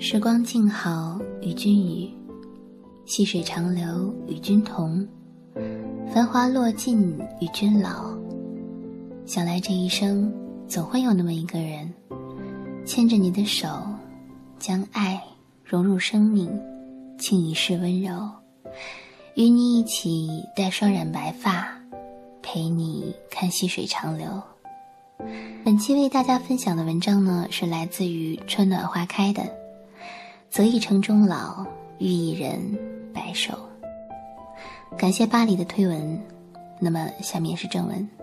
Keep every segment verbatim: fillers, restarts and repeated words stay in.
时光静好与君语，细水长流与君同，繁华落尽与君老。想来这一生总会有那么一个人，牵着你的手，将爱融入生命，倾一世温柔，与你一起戴双染白发，陪你看细水长流。本期为大家分享的文章呢，是来自于春暖花开的择一城终老，遇一人白首。感谢巴黎的推文，那么下面是正文。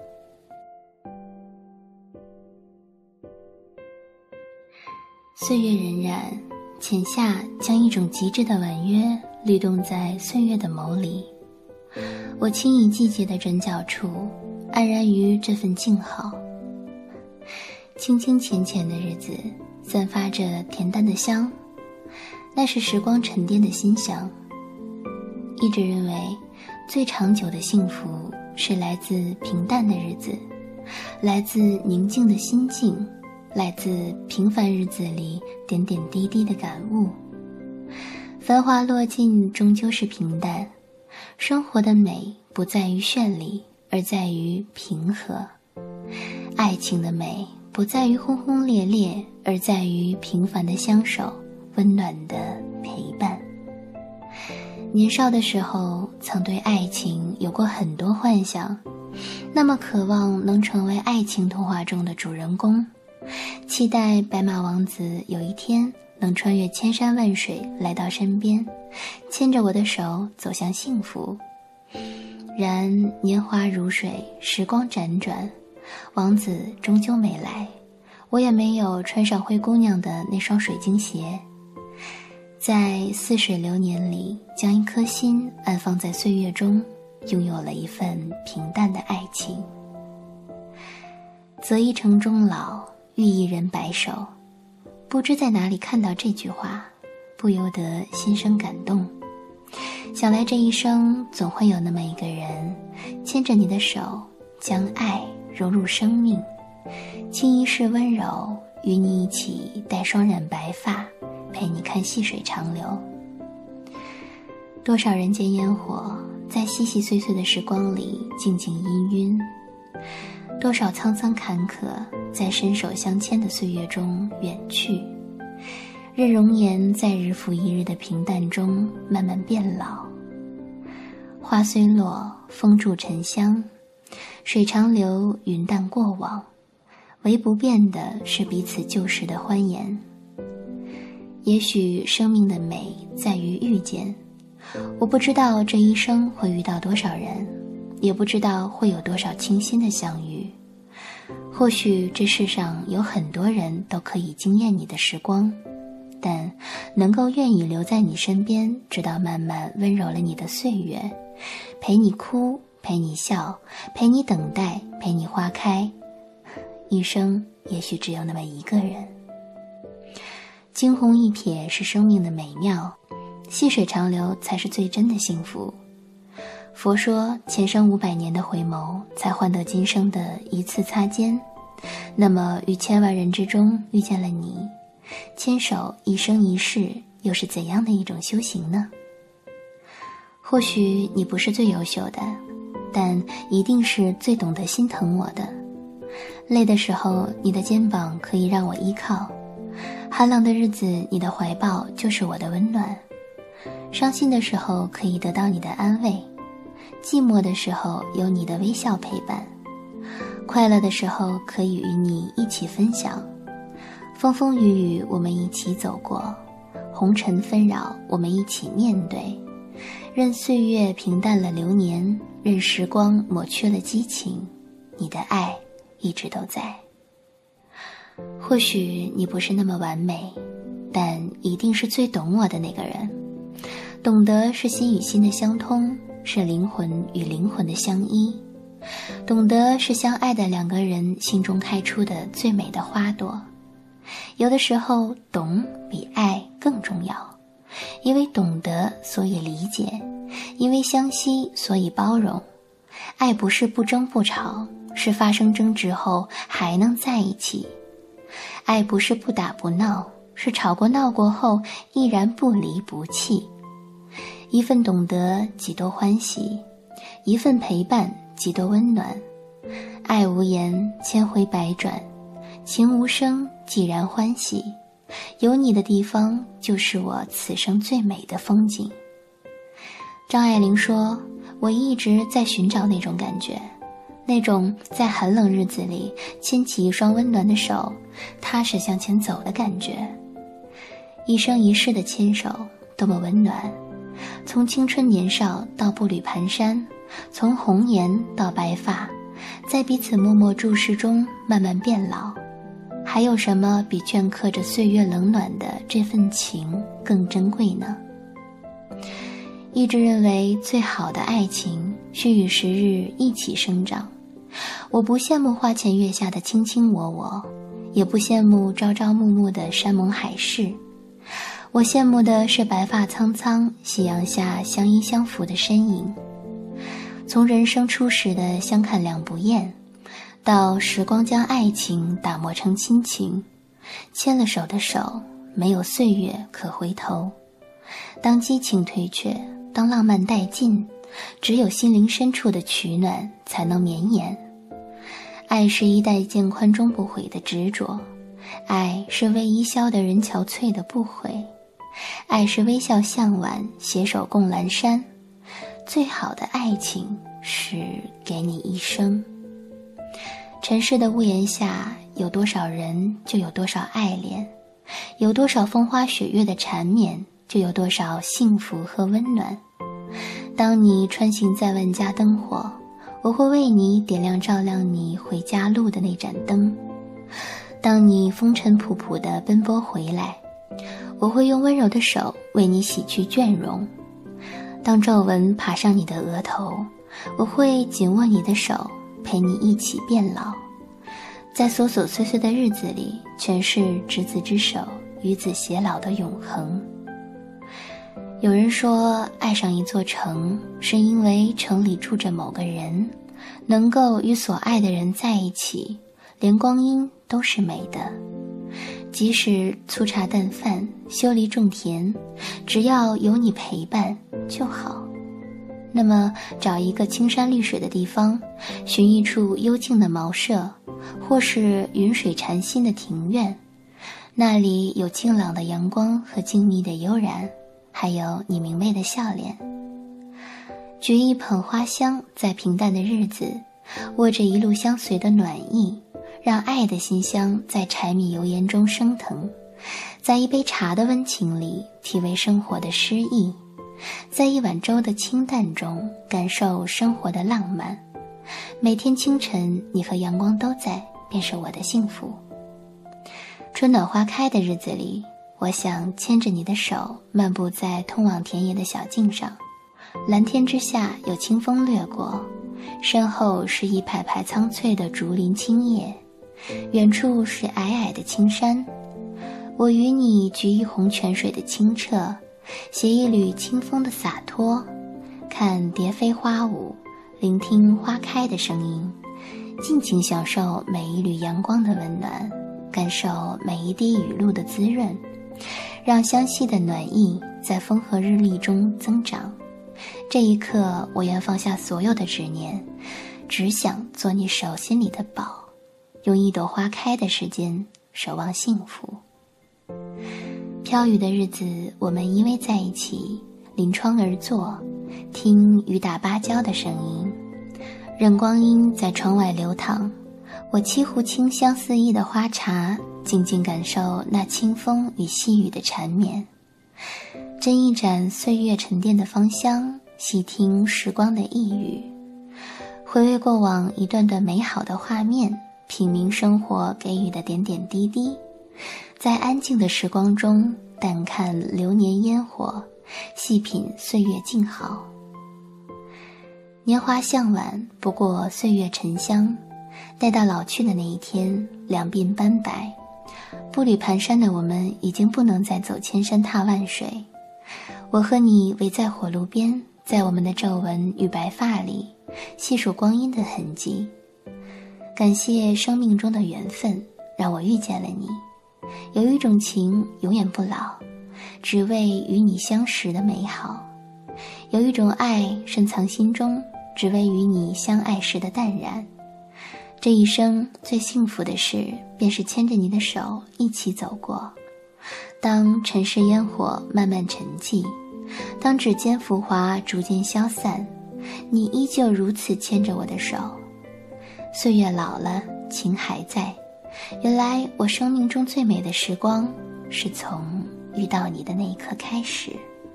岁月荏苒，浅夏将一种极致的婉约律动在岁月的眸里，我轻倚季节的转角处，安然于这份静好。清清浅浅的日子，散发着恬淡的香，那是时光沉淀的馨香。一直认为最长久的幸福是来自平淡的日子，来自宁静的心境，来自平凡日子里点点滴滴的感悟。繁华落尽终究是平淡，生活的美不在于绚丽，而在于平和。爱情的美不在于轰轰烈烈，而在于平凡的相守，温暖的陪伴。年少的时候曾对爱情有过很多幻想，那么渴望能成为爱情童话中的主人公，期待白马王子有一天能穿越千山万水来到身边，牵着我的手走向幸福。然年华如水，时光辗转，王子终究没来，我也没有穿上灰姑娘的那双水晶鞋。在似水流年里，将一颗心安放在岁月中，拥有了一份平淡的爱情。择一城终老，遇一人白首。不知在哪里看到这句话，不由得心生感动。想来这一生总会有那么一个人，牵着你的手，将爱融入生命，倾一世温柔，与你一起戴双染白发，陪你看细水长流。多少人间烟火，在细细碎碎的时光里静静氤氲，多少沧桑坎坷，在伸手相牵的岁月中远去，任容颜在日复一日的平淡中慢慢变老。花虽落，风住沉香，水长流，云淡过往，唯不变的是彼此旧时的欢颜。也许生命的美在于遇见，我不知道这一生会遇到多少人，也不知道会有多少清新的相遇。或许这世上有很多人都可以惊艳你的时光，但能够愿意留在你身边，直到慢慢温柔了你的岁月，陪你哭，陪你笑，陪你等待，陪你花开，一生也许只有那么一个人。惊鸿一瞥是生命的美妙，细水长流才是最真的幸福。佛说前生五百年的回眸，才换得今生的一次擦肩。那么于千万人之中遇见了你，牵手一生一世，又是怎样的一种修行呢？或许你不是最优秀的，但一定是最懂得心疼我的。累的时候，你的肩膀可以让我依靠；寒冷的日子，你的怀抱就是我的温暖；伤心的时候，可以得到你的安慰；寂寞的时候，有你的微笑陪伴；快乐的时候，可以与你一起分享；风风雨雨，我们一起走过；红尘纷扰，我们一起面对。任岁月平淡了流年，任时光抹去了激情，你的爱一直都在。或许你不是那么完美，但一定是最懂我的那个人。懂得是心与心的相通，是灵魂与灵魂的相依。懂得是相爱的两个人心中开出的最美的花朵。有的时候，懂比爱更重要。因为懂得，所以理解；因为相惜，所以包容。爱不是不争不吵，是发生争执后还能在一起；爱不是不打不闹， 是吵过闹过后依然不离不弃。一份懂得，几多欢喜；一份陪伴，几多温暖。爱无言，千回百转；情无声，既然欢喜。有你的地方，就是我此生最美的风景。张爱玲说，我一直在寻找那种感觉，那种在寒冷日子里牵起一双温暖的手，踏实向前走的感觉。一生一世的牵手，多么温暖。从青春年少到步履蹒跚，从红颜到白发，在彼此默默注视中慢慢变老。还有什么比镌刻着岁月冷暖的这份情更珍贵呢？一直认为最好的爱情是与时日一起生长。我不羡慕花前月下的卿卿我我，也不羡慕朝朝暮暮的山盟海誓。我羡慕的是白发苍苍，夕阳下相依相扶的身影。从人生初时的相看两不厌，到时光将爱情打磨成亲情，牵了手的手，没有岁月可回头。当激情退却，当浪漫殆尽，只有心灵深处的取暖才能绵延。爱是衣带渐宽终不悔的执着，爱是为伊消得人憔悴的不悔，爱是微笑向晚，携手共阑珊。最好的爱情是给你一生。尘世的屋檐下，有多少人就有多少爱恋，有多少风花雪月的缠绵，就有多少幸福和温暖。当你穿行在万家灯火，我会为你点亮照亮你回家路的那盏灯。当你风尘仆仆地奔波回来，我会用温柔的手为你洗去倦容。当皱纹爬上你的额头，我会紧握你的手，陪你一起变老。在琐琐碎碎的日子里，诠释执子之手，与子偕老的永恒。有人说，爱上一座城，是因为城里住着某个人，能够与所爱的人在一起，连光阴都是美的。即使粗茶淡饭，修篱种田，只要有你陪伴就好。那么找一个青山绿水的地方，寻一处幽静的茅舍，或是云水禅心的庭院，那里有清朗的阳光和静谧的悠然，还有你明媚的笑脸。举一捧花香，在平淡的日子，握着一路相随的暖意，让爱的馨香在柴米油盐中升腾，在一杯茶的温情里体味生活的诗意，在一碗粥的清淡中感受生活的浪漫。每天清晨你和阳光都在，便是我的幸福。春暖花开的日子里，我想牵着你的手，漫步在通往田野的小径上。蓝天之下有清风掠过，身后是一排排苍翠的竹林青叶，远处是皑皑的青山。我与你举一泓泉水的清澈，携一缕清风的洒脱，看蝶飞花舞，聆听花开的声音，尽情享受每一缕阳光的温暖，感受每一滴雨露的滋润，让相惜的暖意在风和日丽中增长。这一刻，我愿放下所有的执念，只想做你手心里的宝，用一朵花开的时间守望幸福。飘雨的日子，我们依偎在一起，临窗而坐，听雨打芭蕉的声音，任光阴在窗外流淌。我沏壶清香四溢的花茶，静静感受那清风与细雨的缠绵，斟一盏岁月沉淀的芳香，细听时光的呓语，回味过往一段段美好的画面，品茗生活给予的点点滴滴，在安静的时光中淡看流年烟火，细品岁月静好。年华向晚，不过岁月沉香，待到老去的那一天，两鬓斑白，步履蹒跚的我们已经不能再走千山踏万水。我和你围在火炉边，在我们的皱纹与白发里细数光阴的痕迹。感谢生命中的缘分，让我遇见了你， 有一种情永远不老，只为与你相识的美好；有一种爱深藏心中，只为与你相爱时的淡然。这一生最幸福的事，便是牵着你的手一起走过。当尘世烟火慢慢沉寂，当指尖浮华逐渐消散，你依旧如此牵着我的手。岁月老了，情还在。原来我生命中最美的时光，是从遇到你的那一刻开始。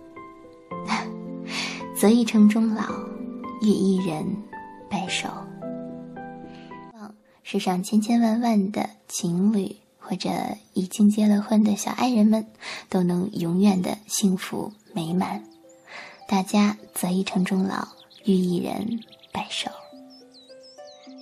择一城终老，与一人白首。世上千千万万的情侣，或者已经结了婚的小爱人们，都能永远的幸福美满。大家择一城终老，与一人白首。